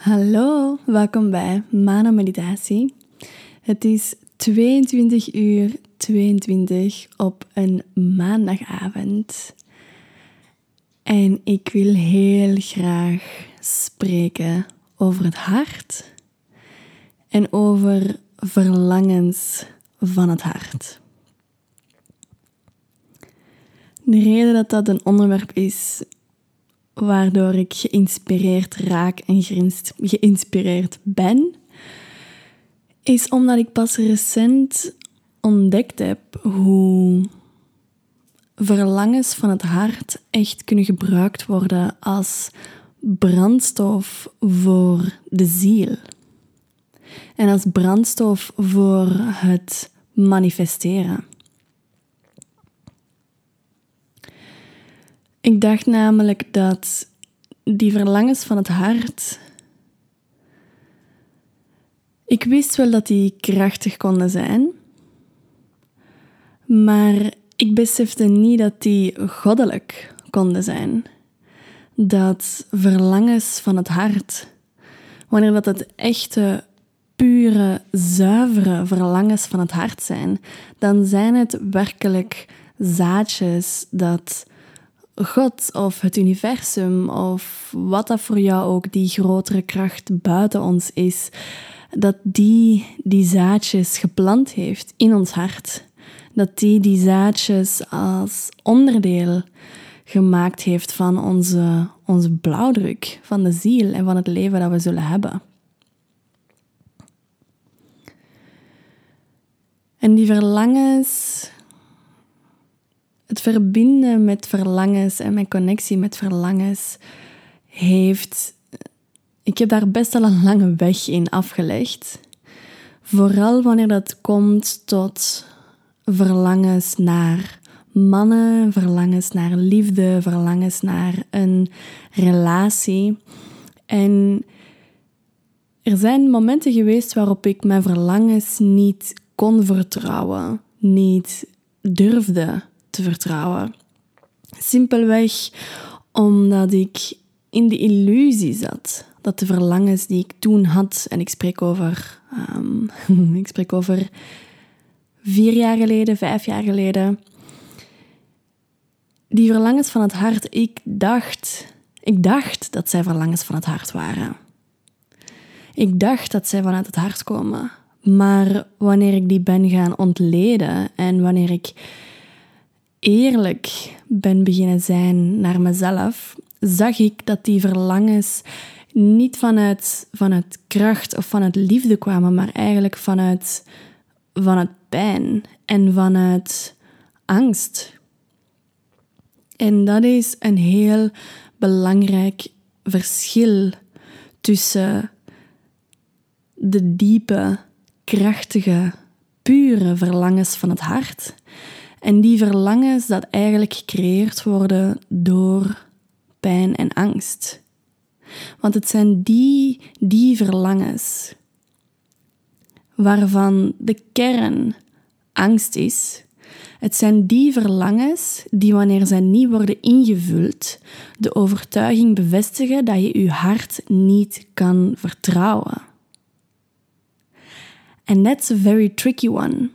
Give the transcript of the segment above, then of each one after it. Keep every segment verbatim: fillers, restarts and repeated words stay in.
Hallo, welkom bij Mana Meditatie. Het is tweeëntwintig uur tweeëntwintig op een maandagavond. En ik wil heel graag spreken over het hart en over verlangens van het hart. De reden dat dat een onderwerp is waardoor ik geïnspireerd raak en geïnspireerd ben, is omdat ik pas recent ontdekt heb hoe verlangens van het hart echt kunnen gebruikt worden als brandstof voor de ziel. En als brandstof voor het manifesteren. Ik dacht namelijk dat die verlangens van het hart... Ik wist wel dat die krachtig konden zijn, maar ik besefte niet dat die goddelijk konden zijn. Dat verlangens van het hart, wanneer dat het echte, pure, zuivere verlangens van het hart zijn, dan zijn het werkelijk zaadjes dat God of het universum of wat dat voor jou ook die grotere kracht buiten ons is, dat die die zaadjes geplant heeft in ons hart. Dat die die zaadjes als onderdeel gemaakt heeft van onze, onze blauwdruk, van de ziel en van het leven dat we zullen hebben. En die verlangens... Het verbinden met verlangens en mijn connectie met verlangens heeft... Ik heb daar best wel een lange weg in afgelegd. Vooral wanneer dat komt tot verlangens naar mannen, verlangens naar liefde, verlangens naar een relatie. En er zijn momenten geweest waarop ik mijn verlangens niet kon vertrouwen, niet durfde te vertrouwen. Simpelweg omdat ik in de illusie zat dat de verlangens die ik toen had, en ik spreek over, um, ik spreek over vier jaar geleden, vijf jaar geleden, die verlangens van het hart, ik dacht, ik dacht dat zij verlangens van het hart waren. Ik dacht dat zij vanuit het hart komen. Maar wanneer ik die ben gaan ontleden en wanneer ik eerlijk ben beginnen zijn naar mezelf, zag ik dat die verlangens niet vanuit, vanuit kracht of vanuit liefde kwamen, maar eigenlijk vanuit, vanuit pijn en vanuit angst. En dat is een heel belangrijk verschil tussen de diepe, krachtige, pure verlangens van het hart en die verlangens dat eigenlijk gecreëerd worden door pijn en angst. Want het zijn die, die verlangens waarvan de kern angst is. Het zijn die verlangens die, wanneer zij niet worden ingevuld, de overtuiging bevestigen dat je je hart niet kan vertrouwen. And that's a very tricky one.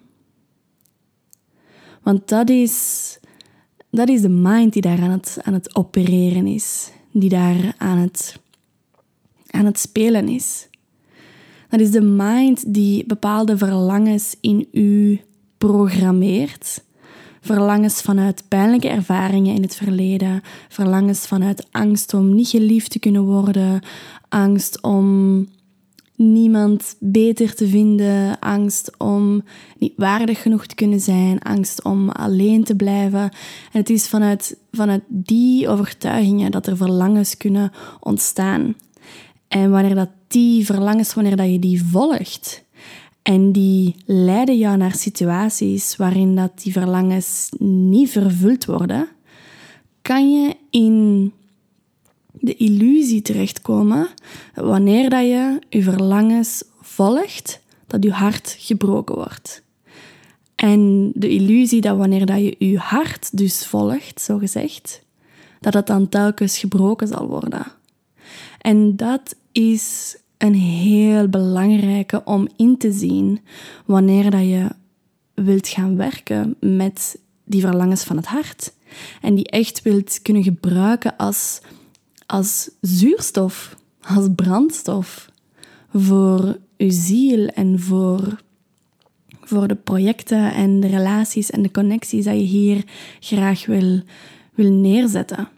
Want dat is, dat is de mind die daar aan het, aan het opereren is. Die daar aan het, aan het spelen is. Dat is de mind die bepaalde verlangens in u programmeert. Verlangens vanuit pijnlijke ervaringen in het verleden. Verlangens vanuit angst om niet geliefd te kunnen worden. Angst om niemand beter te vinden, angst om niet waardig genoeg te kunnen zijn, angst om alleen te blijven. En het is vanuit, vanuit die overtuigingen dat er verlangens kunnen ontstaan. En wanneer dat die verlangens, wanneer dat je die volgt, en die leiden jou naar situaties waarin dat die verlangens niet vervuld worden, kan je in de illusie terechtkomen wanneer dat je je verlangens volgt, dat je hart gebroken wordt. En de illusie dat wanneer dat je je hart dus volgt, zogezegd, dat het dan telkens gebroken zal worden. En dat is een heel belangrijke om in te zien wanneer dat je wilt gaan werken met die verlangens van het hart. En die echt wilt kunnen gebruiken als, als zuurstof, als brandstof voor je ziel en voor, voor de projecten en de relaties en de connecties dat je hier graag wil, wil neerzetten.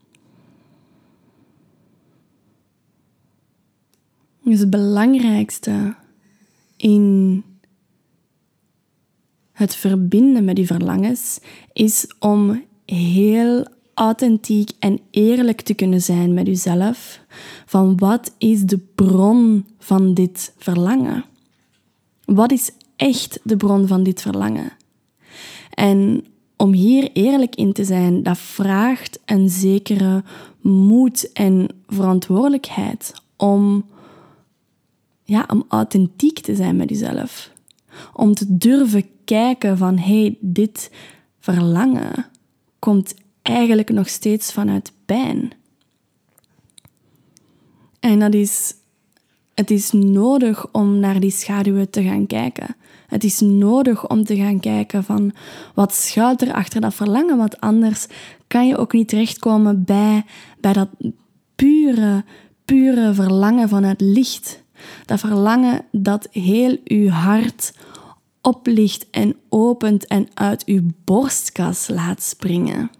Dus het belangrijkste in het verbinden met die verlangens is om heel authentiek en eerlijk te kunnen zijn met jezelf. Van wat is de bron van dit verlangen? Wat is echt de bron van dit verlangen? En om hier eerlijk in te zijn, dat vraagt een zekere moed en verantwoordelijkheid om, ja, om authentiek te zijn met jezelf. Om te durven kijken van, hey, dit verlangen komt eigenlijk nog steeds vanuit pijn. En dat is, het is nodig om naar die schaduwen te gaan kijken. Het is nodig om te gaan kijken van, wat schuilt er achter dat verlangen? Want anders kan je ook niet terechtkomen bij, bij dat pure, pure verlangen vanuit licht. Dat verlangen dat heel je hart oplicht en opent en uit je borstkas laat springen.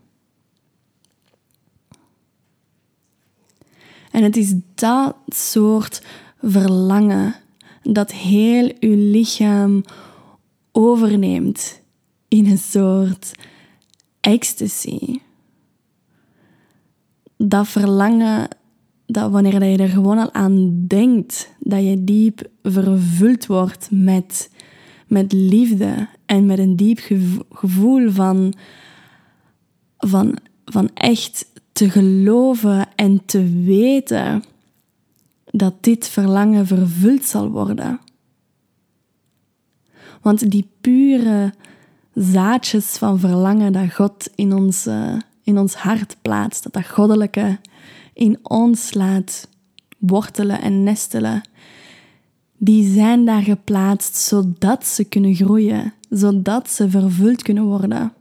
En het is dat soort verlangen dat heel je lichaam overneemt in een soort ecstasy. Dat verlangen dat wanneer je er gewoon al aan denkt, dat je diep vervuld wordt met, met liefde en met een diep gevoel van, van, van echt te geloven en te weten dat dit verlangen vervuld zal worden. Want die pure zaadjes van verlangen dat God in ons, uh, in ons hart plaatst, dat dat goddelijke in ons laat wortelen en nestelen, die zijn daar geplaatst zodat ze kunnen groeien, zodat ze vervuld kunnen worden.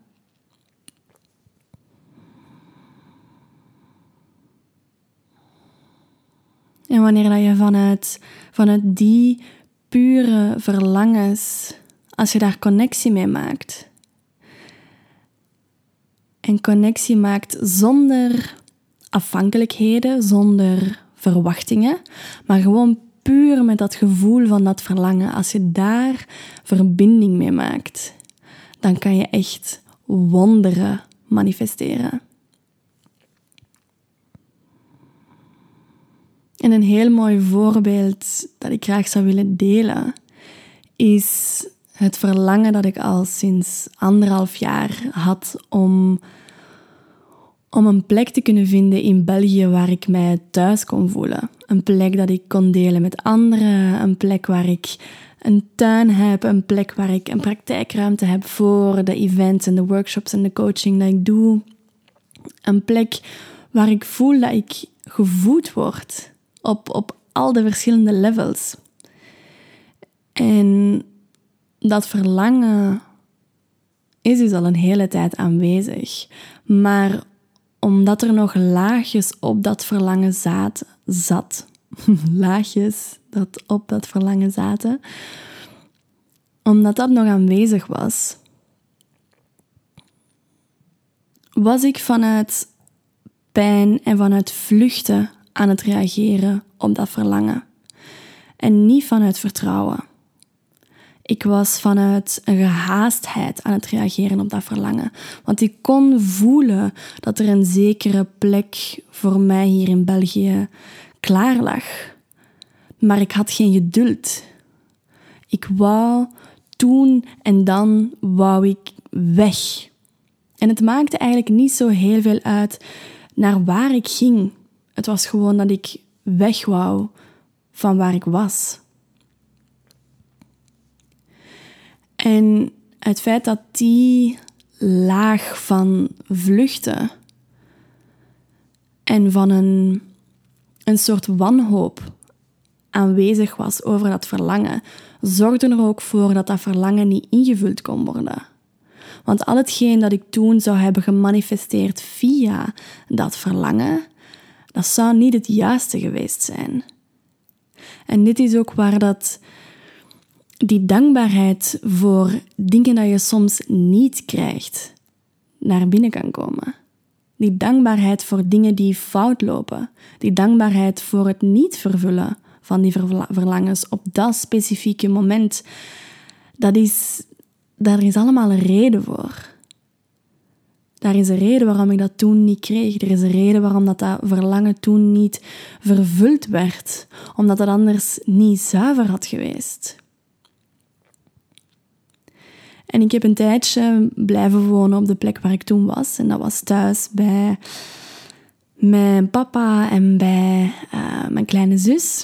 En wanneer dat je vanuit, vanuit die pure verlangens, als je daar connectie mee maakt, en connectie maakt zonder afhankelijkheden, zonder verwachtingen, maar gewoon puur met dat gevoel van dat verlangen. Als je daar verbinding mee maakt, dan kan je echt wonderen manifesteren. En een heel mooi voorbeeld dat ik graag zou willen delen, is het verlangen dat ik al sinds anderhalf jaar had om, om een plek te kunnen vinden in België waar ik mij thuis kon voelen. Een plek dat ik kon delen met anderen, een plek waar ik een tuin heb, een plek waar ik een praktijkruimte heb voor de events en de workshops en de coaching dat ik doe. Een plek waar ik voel dat ik gevoed word op, op al de verschillende levels. En dat verlangen is dus al een hele tijd aanwezig. Maar omdat er nog laagjes op dat verlangen zaten, zat, laagjes dat op dat verlangen zaten, omdat dat nog aanwezig was, was ik vanuit pijn en vanuit vluchten aan het reageren op dat verlangen. En niet vanuit vertrouwen. Ik was vanuit een gehaastheid aan het reageren op dat verlangen. Want ik kon voelen dat er een zekere plek voor mij hier in België klaar lag. Maar ik had geen geduld. Ik wou toen en dan wou ik weg. En het maakte eigenlijk niet zo heel veel uit naar waar ik ging. Het was gewoon dat ik weg wou van waar ik was. En het feit dat die laag van vluchten en van een, een soort wanhoop aanwezig was over dat verlangen, zorgde er ook voor dat dat verlangen niet ingevuld kon worden. Want al hetgeen dat ik toen zou hebben gemanifesteerd via dat verlangen, dat zou niet het juiste geweest zijn. En dit is ook waar dat die dankbaarheid voor dingen dat je soms niet krijgt, naar binnen kan komen. Die dankbaarheid voor dingen die fout lopen. Die dankbaarheid voor het niet vervullen van die verla- verlangens op dat specifieke moment. Dat is, daar is allemaal een reden voor. Daar is een reden waarom ik dat toen niet kreeg. Er is een reden waarom dat, dat verlangen toen niet vervuld werd. Omdat het anders niet zuiver had geweest. En ik heb een tijdje blijven wonen op de plek waar ik toen was. En dat was thuis bij mijn papa en bij uh, mijn kleine zus.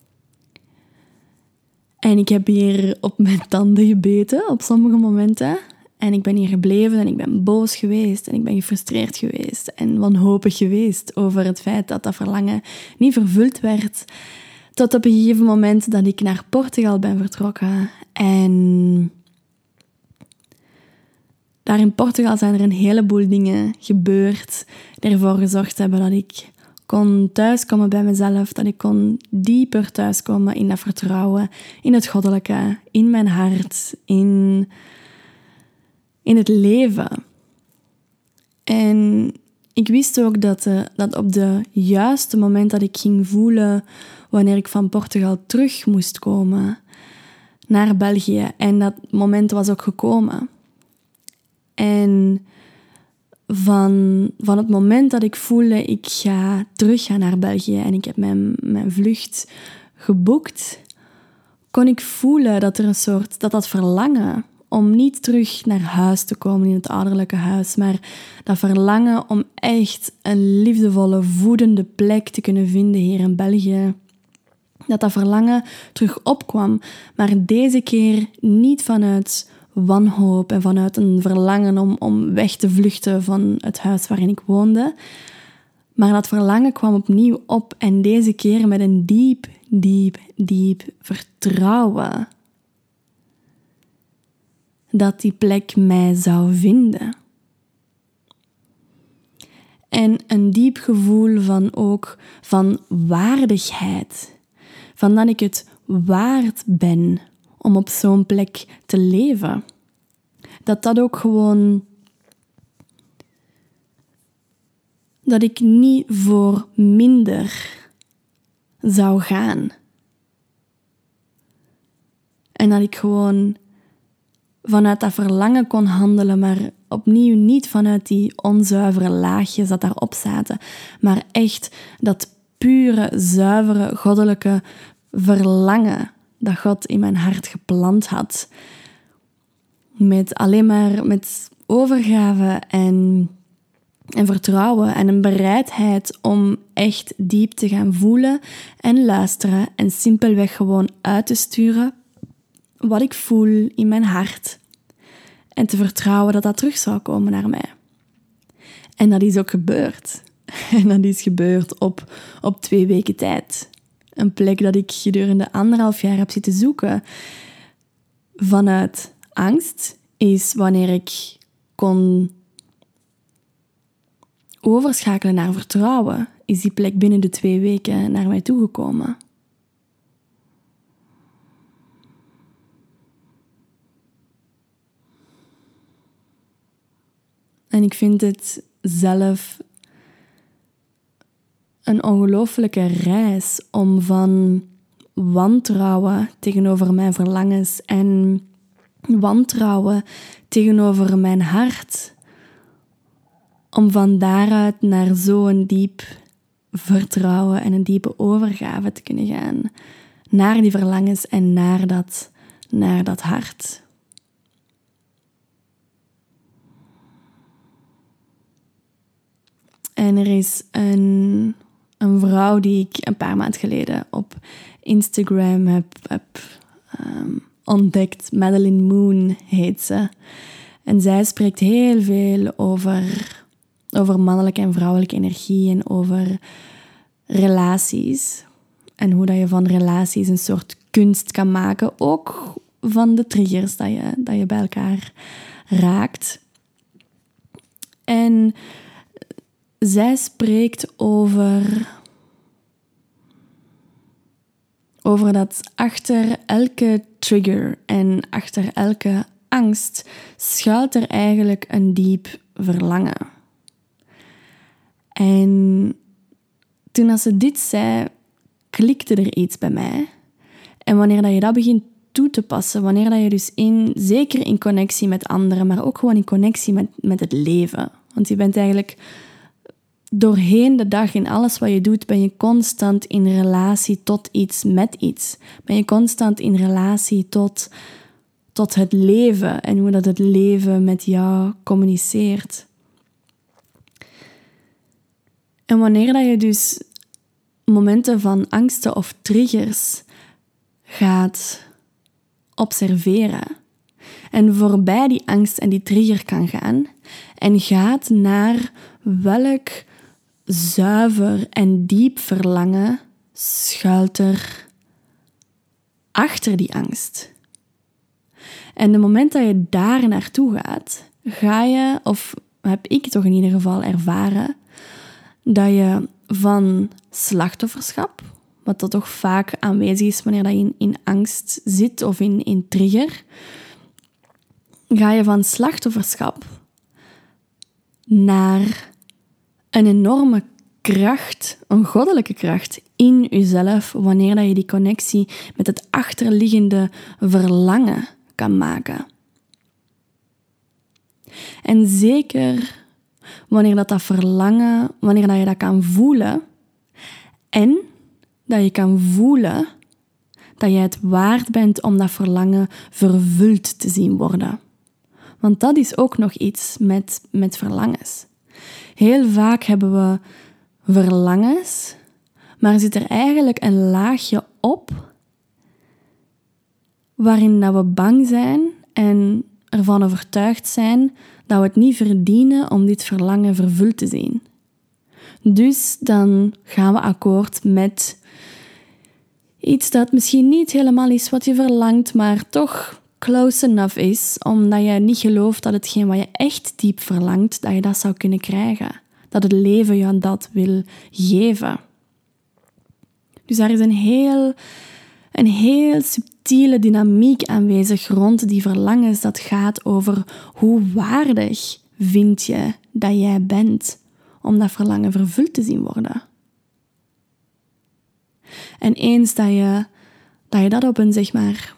En ik heb hier op mijn tanden gebeten op sommige momenten. En ik ben hier gebleven en ik ben boos geweest en ik ben gefrustreerd geweest en wanhopig geweest over het feit dat dat verlangen niet vervuld werd. Tot op een gegeven moment dat ik naar Portugal ben vertrokken. En daar in Portugal zijn er een heleboel dingen gebeurd die ervoor gezorgd hebben dat ik kon thuiskomen bij mezelf, dat ik kon dieper thuiskomen in dat vertrouwen, in het goddelijke, in mijn hart, in, in het leven. En ik wist ook dat, uh, dat op de juiste moment dat ik ging voelen wanneer ik van Portugal terug moest komen naar België. En dat moment was ook gekomen. En van, van het moment dat ik voelde, ik ga terug gaan naar België en ik heb mijn, mijn vlucht geboekt, kon ik voelen dat er een soort, dat dat verlangen om niet terug naar huis te komen in het ouderlijke huis, maar dat verlangen om echt een liefdevolle, voedende plek te kunnen vinden hier in België, dat dat verlangen terug opkwam, maar deze keer niet vanuit wanhoop en vanuit een verlangen om, om weg te vluchten van het huis waarin ik woonde. Maar dat verlangen kwam opnieuw op en deze keer met een diep, diep, diep vertrouwen dat die plek mij zou vinden. En een diep gevoel van ook van waardigheid. Van dat ik het waard ben om op zo'n plek te leven. Dat dat ook gewoon... Dat ik niet voor minder zou gaan. En dat ik gewoon vanuit dat verlangen kon handelen, maar opnieuw niet vanuit die onzuivere laagjes dat daarop zaten, maar echt dat pure, zuivere, goddelijke verlangen dat God in mijn hart geplant had. Met alleen maar met overgave en, en vertrouwen en een bereidheid om echt diep te gaan voelen en luisteren en simpelweg gewoon uit te sturen wat ik voel in mijn hart. En te vertrouwen dat dat terug zou komen naar mij. En dat is ook gebeurd. En dat is gebeurd op, op twee weken tijd. Een plek dat ik gedurende anderhalf jaar heb zitten zoeken. Vanuit angst is wanneer ik kon overschakelen naar vertrouwen, is die plek binnen de twee weken naar mij toegekomen. En ik vind het zelf een ongelooflijke reis om van wantrouwen tegenover mijn verlangens en wantrouwen tegenover mijn hart, om van daaruit naar zo'n diep vertrouwen en een diepe overgave te kunnen gaan naar die verlangens en naar dat, naar dat hart. En er is een, een vrouw die ik een paar maanden geleden op Instagram heb, heb um, ontdekt. Madeline Moon heet ze. En zij spreekt heel veel over, over mannelijke en vrouwelijke energie en over relaties. En hoe dat je van relaties een soort kunst kan maken. Ook van de triggers dat je, dat je bij elkaar raakt. En zij spreekt over, over dat achter elke trigger en achter elke angst schuilt er eigenlijk een diep verlangen. En toen als ze dit zei, klikte er iets bij mij. En wanneer dat je dat begint toe te passen, wanneer dat je dus in, zeker in connectie met anderen, maar ook gewoon in connectie met, met het leven. Want je bent eigenlijk doorheen de dag in alles wat je doet, ben je constant in relatie tot iets, met iets. Ben je constant in relatie tot, tot het leven en hoe dat het leven met jou communiceert. En wanneer dat je dus momenten van angsten of triggers gaat observeren en voorbij die angst en die trigger kan gaan en gaat naar welk zuiver en diep verlangen schuilt er achter die angst. En de moment dat je daar naartoe gaat, ga je, of heb ik toch in ieder geval ervaren, dat je van slachtofferschap, wat dat toch vaak aanwezig is wanneer je in, in angst zit of in, in trigger, ga je van slachtofferschap naar een enorme kracht, een goddelijke kracht in jezelf, wanneer dat je die connectie met het achterliggende verlangen kan maken. En zeker wanneer dat, dat verlangen, wanneer dat je dat kan voelen en dat je kan voelen dat je het waard bent om dat verlangen vervuld te zien worden. Want dat is ook nog iets met, met verlangens. Heel vaak hebben we verlangens, maar zit er eigenlijk een laagje op waarin dat we bang zijn en ervan overtuigd zijn dat we het niet verdienen om dit verlangen vervuld te zien. Dus dan gaan we akkoord met iets dat misschien niet helemaal is wat je verlangt, maar toch close enough is, omdat je niet gelooft dat hetgeen wat je echt diep verlangt, dat je dat zou kunnen krijgen. Dat het leven je dat wil geven. Dus daar is een heel, een heel subtiele dynamiek aanwezig rond die verlangens. Dat gaat over hoe waardig vind je dat jij bent om dat verlangen vervuld te zien worden. En eens dat je dat, je dat op een, zeg maar,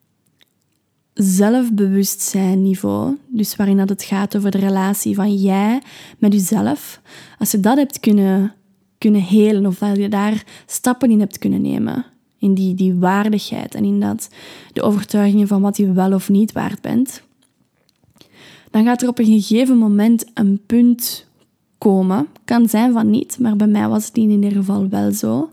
zelfbewustzijn niveau, dus waarin dat het gaat over de relatie van jij met jezelf, als je dat hebt kunnen, kunnen helen of dat je daar stappen in hebt kunnen nemen, in die, die waardigheid en in dat, de overtuigingen van wat je wel of niet waard bent, dan gaat er op een gegeven moment een punt komen, kan zijn van niet, maar bij mij was het in ieder geval wel zo,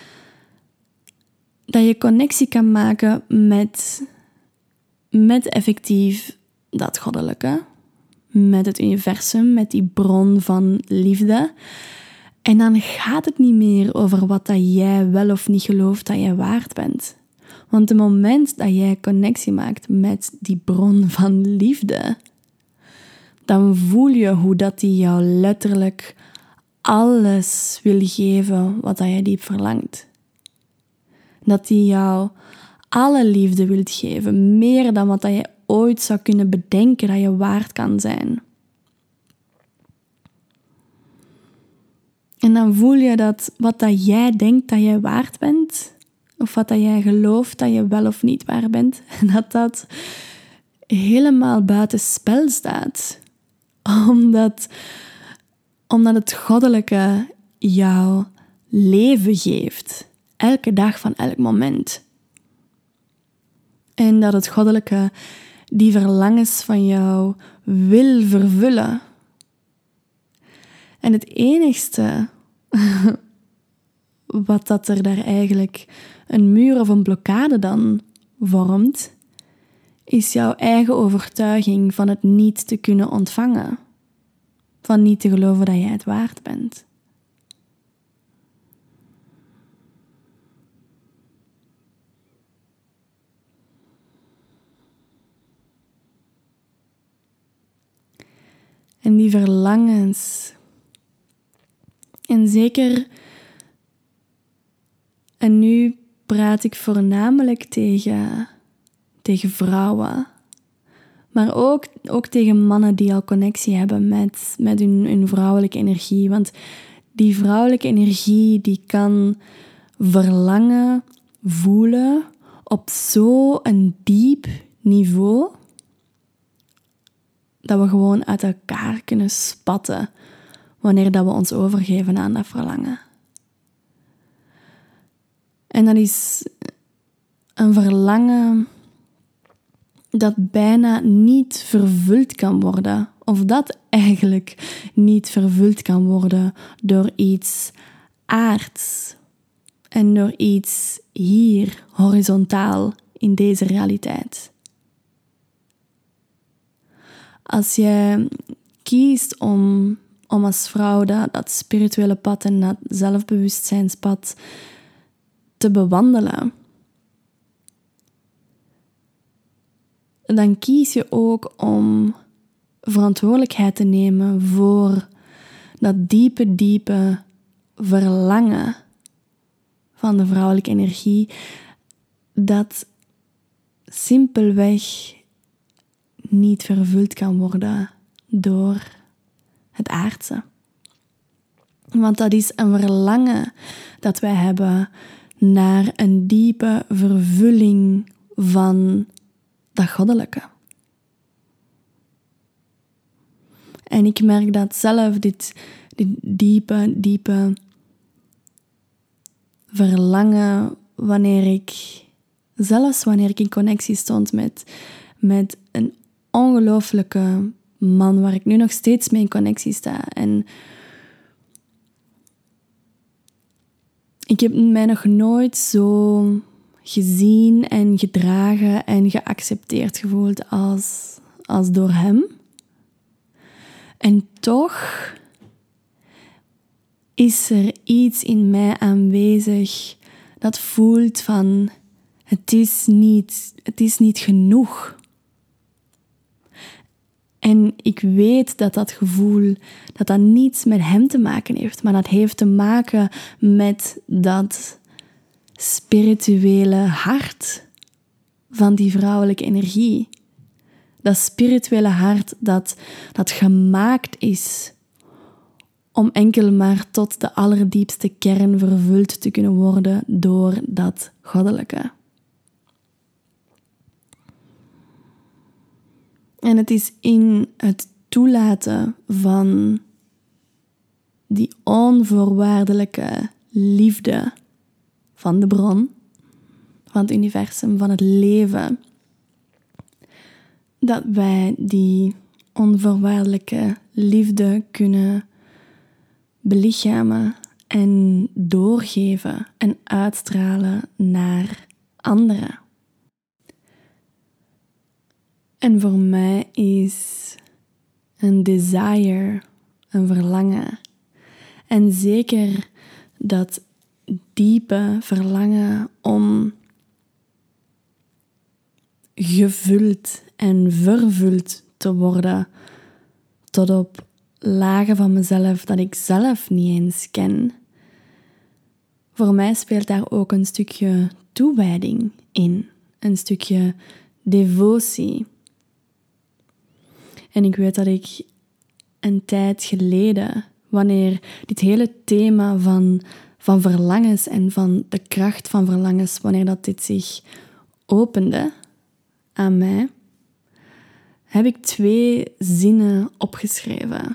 dat je connectie kan maken met, met effectief dat goddelijke, met het universum, met die bron van liefde. En dan gaat het niet meer over wat dat jij wel of niet gelooft dat jij waard bent. Want het moment dat jij connectie maakt met die bron van liefde, dan voel je hoe dat die jou letterlijk alles wil geven wat dat jij diep verlangt. Dat die jou alle liefde wilt geven, meer dan wat dat je ooit zou kunnen bedenken dat je waard kan zijn. En dan voel je dat wat dat jij denkt dat jij waard bent, of wat dat jij gelooft dat je wel of niet waard bent, dat dat helemaal buiten spel staat. Omdat, omdat het goddelijke jou leven geeft. Elke dag van elk moment. En dat het goddelijke die verlangens van jou wil vervullen. En het enigste wat dat er daar eigenlijk een muur of een blokkade dan vormt, is jouw eigen overtuiging van het niet te kunnen ontvangen. Van niet te geloven dat jij het waard bent. En die verlangens. En zeker, en nu praat ik voornamelijk tegen, tegen vrouwen. Maar ook, ook tegen mannen die al connectie hebben met, met hun, hun vrouwelijke energie. Want die vrouwelijke energie die kan verlangen voelen op zo'n diep niveau dat we gewoon uit elkaar kunnen spatten wanneer dat we ons overgeven aan dat verlangen. En dat is een verlangen dat bijna niet vervuld kan worden, of dat eigenlijk niet vervuld kan worden door iets aards en door iets hier, horizontaal, in deze realiteit. Als je kiest om, om als vrouw dat, dat spirituele pad en dat zelfbewustzijnspad te bewandelen, dan kies je ook om verantwoordelijkheid te nemen voor dat diepe, diepe verlangen van de vrouwelijke energie, dat simpelweg niet vervuld kan worden door het aardse. Want dat is een verlangen dat wij hebben naar een diepe vervulling van dat goddelijke. En ik merk dat zelf, dit, dit diepe, diepe verlangen, wanneer ik, zelfs wanneer ik in connectie stond met, met een ongelooflijke man, waar ik nu nog steeds mee in connectie sta. En ik heb mij nog nooit zo gezien en gedragen en geaccepteerd gevoeld als, als door hem. En toch is er iets in mij aanwezig dat voelt van het is niet, het is niet genoeg. En ik weet dat dat gevoel, dat dat niets met hem te maken heeft, maar dat heeft te maken met dat spirituele hart van die vrouwelijke energie. Dat spirituele hart dat, dat gemaakt is om enkel maar tot de allerdiepste kern vervuld te kunnen worden door dat goddelijke. En het is in het toelaten van die onvoorwaardelijke liefde van de bron, van het universum, van het leven, dat wij die onvoorwaardelijke liefde kunnen belichamen en doorgeven en uitstralen naar anderen. En voor mij is een desire, een verlangen. En zeker dat diepe verlangen om gevuld en vervuld te worden tot op lagen van mezelf dat ik zelf niet eens ken. Voor mij speelt daar ook een stukje toewijding in, een stukje devotie. En ik weet dat ik een tijd geleden, wanneer dit hele thema van, van verlangens en van de kracht van verlangens, wanneer dat dit zich opende aan mij, heb ik twee zinnen opgeschreven.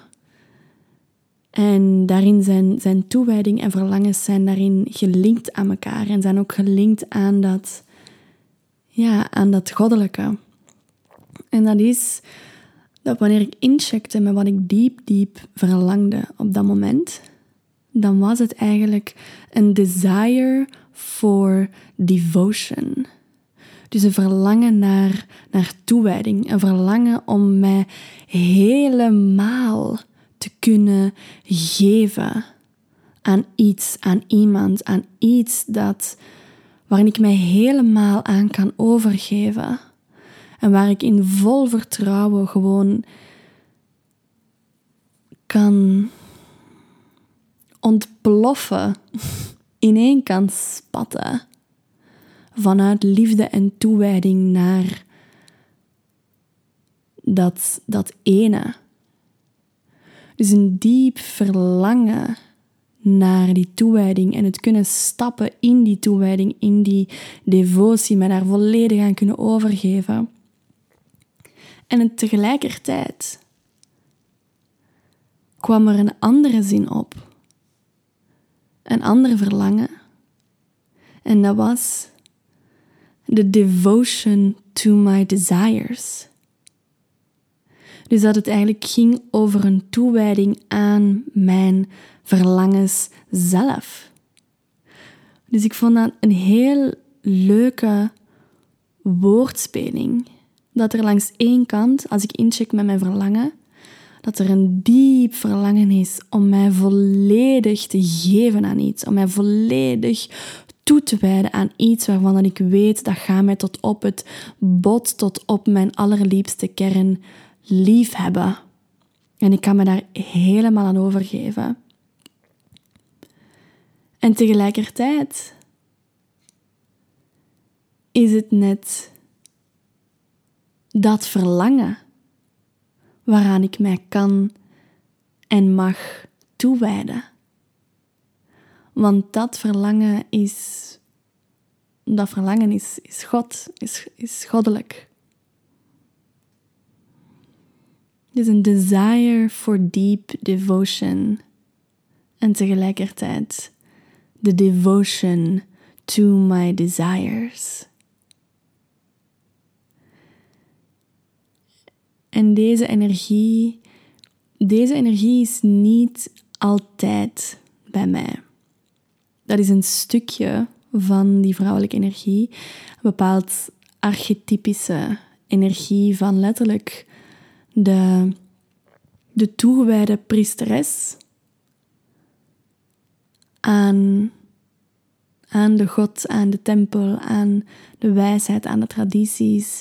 En daarin zijn, zijn toewijding en verlangens zijn daarin gelinkt aan elkaar en zijn ook gelinkt aan dat, ja, aan dat goddelijke. En dat is dat wanneer ik incheckte met wat ik diep, diep verlangde op dat moment, dan was het eigenlijk een desire for devotion. Dus een verlangen naar, naar toewijding, een verlangen om mij helemaal te kunnen geven aan iets, aan iemand, aan iets dat, waarin ik mij helemaal aan kan overgeven. En waar ik in vol vertrouwen gewoon kan ontploffen, ineen kan spatten vanuit liefde en toewijding naar dat, dat ene. Dus een diep verlangen naar die toewijding en het kunnen stappen in die toewijding, in die devotie, mij daar volledig aan kunnen overgeven. En het tegelijkertijd kwam er een andere zin op. Een ander verlangen. En dat was the devotion to my desires. Dus dat het eigenlijk ging over een toewijding aan mijn verlangens zelf. Dus ik vond dat een heel leuke woordspeling. Dat er langs één kant, als ik incheck met mijn verlangen, dat er een diep verlangen is om mij volledig te geven aan iets. Om mij volledig toe te wijden aan iets waarvan ik weet dat gaat mij tot op het bot, tot op mijn allerliefste kern lief hebben. En ik kan me daar helemaal aan overgeven. En tegelijkertijd is het net dat verlangen waaraan ik mij kan en mag toewijden. Want dat verlangen is, dat verlangen is, is God, is, is goddelijk. Het is een desire for deep devotion. En tegelijkertijd the devotion to my desires. En deze energie, deze energie is niet altijd bij mij. Dat is een stukje van die vrouwelijke energie. Een bepaald archetypische energie van letterlijk de, de toegewijde priesteres aan, aan de God, aan de tempel, aan de wijsheid, aan de tradities.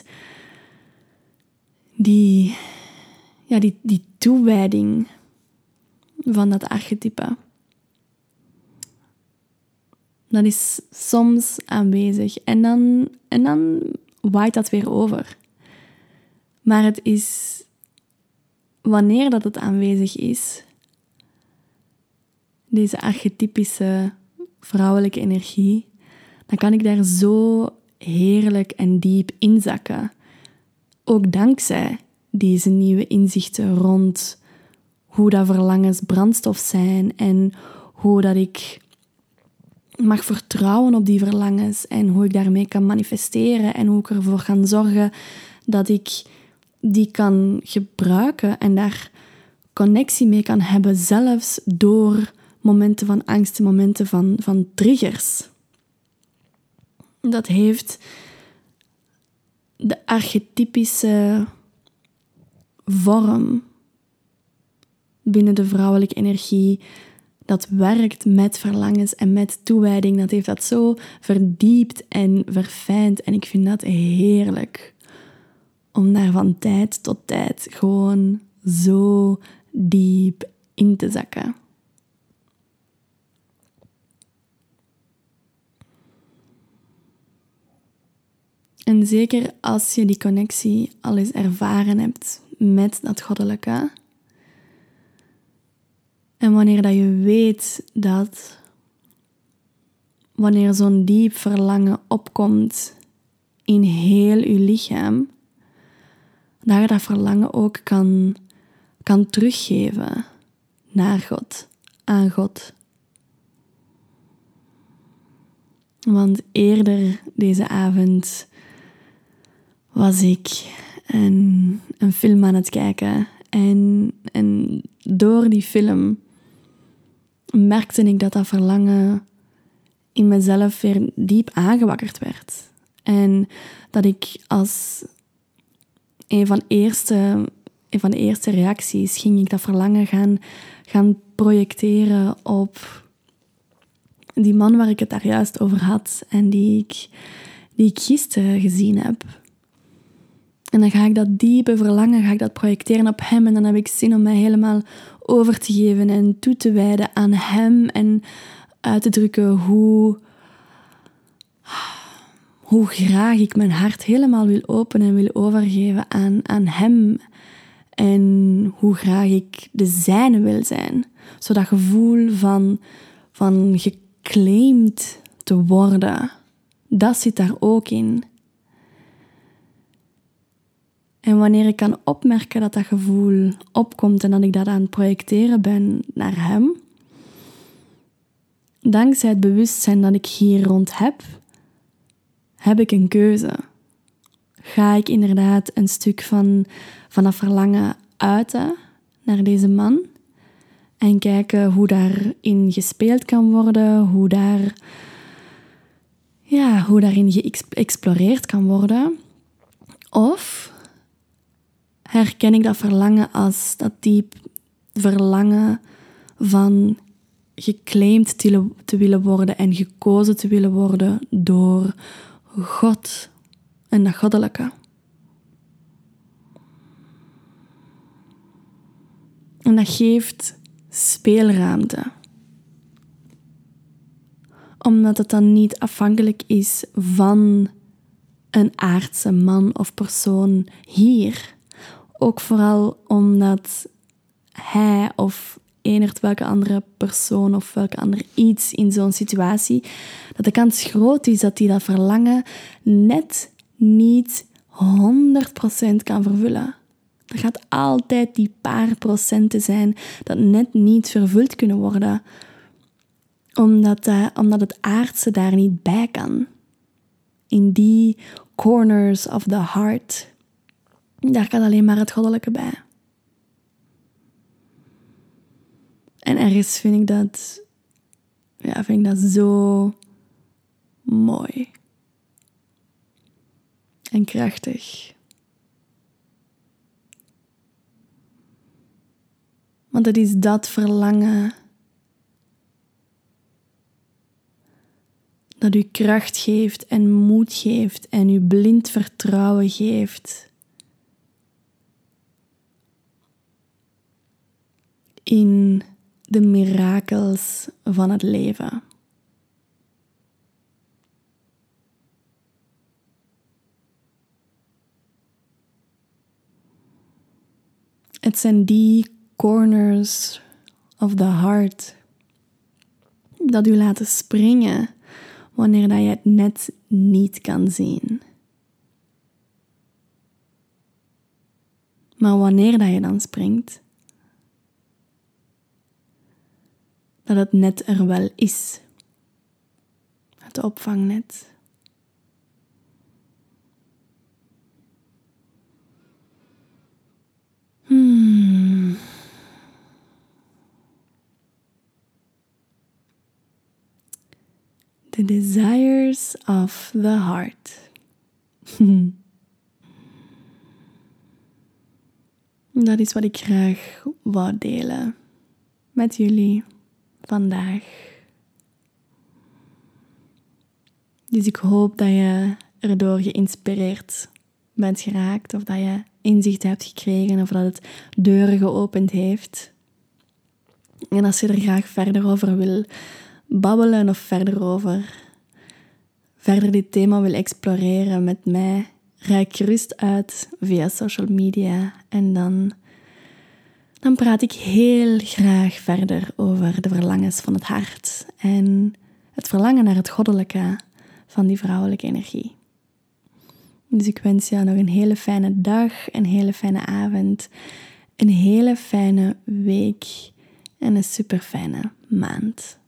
Die, ja, die, die toewijding van dat archetype. Dat is soms aanwezig en dan, en dan waait dat weer over. Maar het is, wanneer dat het aanwezig is, deze archetypische vrouwelijke energie, dan kan ik daar zo heerlijk en diep inzakken. Ook dankzij deze nieuwe inzichten rond hoe dat verlangens brandstof zijn en hoe dat ik mag vertrouwen op die verlangens en hoe ik daarmee kan manifesteren en hoe ik ervoor kan zorgen dat ik die kan gebruiken en daar connectie mee kan hebben, zelfs door momenten van angst, momenten van, van triggers. Dat heeft de archetypische vorm binnen de vrouwelijke energie, dat werkt met verlangens en met toewijding, dat heeft dat zo verdiept en verfijnd. En ik vind dat heerlijk om daar van tijd tot tijd gewoon zo diep in te zakken. En zeker als je die connectie al eens ervaren hebt met dat goddelijke. En wanneer dat je weet dat wanneer zo'n diep verlangen opkomt in heel je lichaam, dat je dat verlangen ook kan, kan teruggeven naar God, aan God. Want eerder deze avond was ik een, een film aan het kijken. En, en door die film merkte ik dat dat verlangen in mezelf weer diep aangewakkerd werd. En dat ik als een van de eerste, een van de eerste reacties ging ik dat verlangen gaan, gaan projecteren op die man waar ik het daar juist over had en die ik, die ik gisteren gezien heb. En dan ga ik dat diepe verlangen, ga ik dat projecteren op hem en dan heb ik zin om mij helemaal over te geven en toe te wijden aan hem en uit te drukken hoe, hoe graag ik mijn hart helemaal wil openen en wil overgeven aan, aan hem. En hoe graag ik de zijne wil zijn. Zo dat gevoel van, van geclaimd te worden, dat zit daar ook in. En wanneer ik kan opmerken dat dat gevoel opkomt en dat ik dat aan het projecteren ben naar hem, dankzij het bewustzijn dat ik hier rond heb, heb ik een keuze. Ga ik inderdaad een stuk van, van dat verlangen uiten naar deze man en kijken hoe daarin gespeeld kan worden, hoe, daar, ja, hoe daarin geëxploreerd kan worden? Of herken ik dat verlangen als dat diep verlangen van geclaimd te, te willen worden en gekozen te willen worden door God en dat goddelijke. En dat geeft speelruimte. Omdat het dan niet afhankelijk is van een aardse man of persoon hier. Ook vooral omdat hij of eenderd welke andere persoon of welke ander iets in zo'n situatie, dat de kans groot is dat hij dat verlangen net niet honderd procent kan vervullen. Er gaat altijd die paar procenten zijn dat net niet vervuld kunnen worden, omdat, uh, omdat het aardse daar niet bij kan. In die corners of the heart, daar kan alleen maar het goddelijke bij. En ergens vind ik dat, ja, vind ik dat zo mooi. En krachtig. Want het is dat verlangen dat u kracht geeft en moed geeft en u blind vertrouwen geeft in de mirakels van het leven. Het zijn die corners of the heart dat u laten springen wanneer dat je het net niet kan zien. Maar wanneer dat je dan springt, dat het net er wel is. Het opvangnet. Hmm. The desires of the heart. Dat is wat ik graag wou delen met jullie vandaag. Dus ik hoop dat je erdoor geïnspireerd bent geraakt, of dat je inzicht hebt gekregen, of dat het deuren geopend heeft. En als je er graag verder over wil babbelen of verder over verder dit thema wil exploreren met mij, reik gerust uit via social media en dan, dan praat ik heel graag verder over de verlangens van het hart en het verlangen naar het goddelijke van die vrouwelijke energie. Dus ik wens jou nog een hele fijne dag, een hele fijne avond, een hele fijne week en een super fijne maand.